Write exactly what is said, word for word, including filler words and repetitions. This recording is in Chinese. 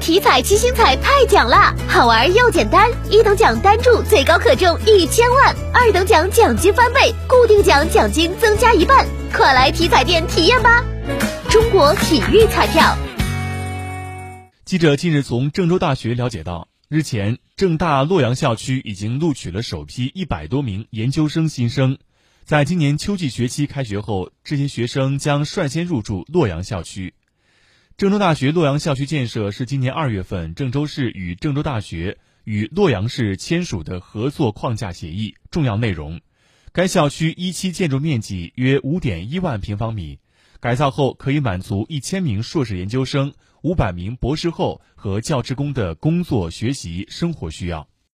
体彩七星彩太奖啦，好玩又简单，一等奖单注最高可中一千万，二等奖奖金翻倍，固定奖奖金增加一半，快来体彩店体验吧！中国体育彩票。 记者近日从郑州大学了解到，日前郑大洛阳校区已经录取了首批一百多名研究生新生，在今年秋季学期开学后，这些学生将率先入住洛阳校区。郑州大学洛阳校区建设是今年二月份郑州市与郑州大学与洛阳市签署的合作框架协议重要内容。该校区一期建筑面积约 五点一万平方米，改造后可以满足一千名硕士研究生、五百名博士后和教职工的工作、学习、生活需要。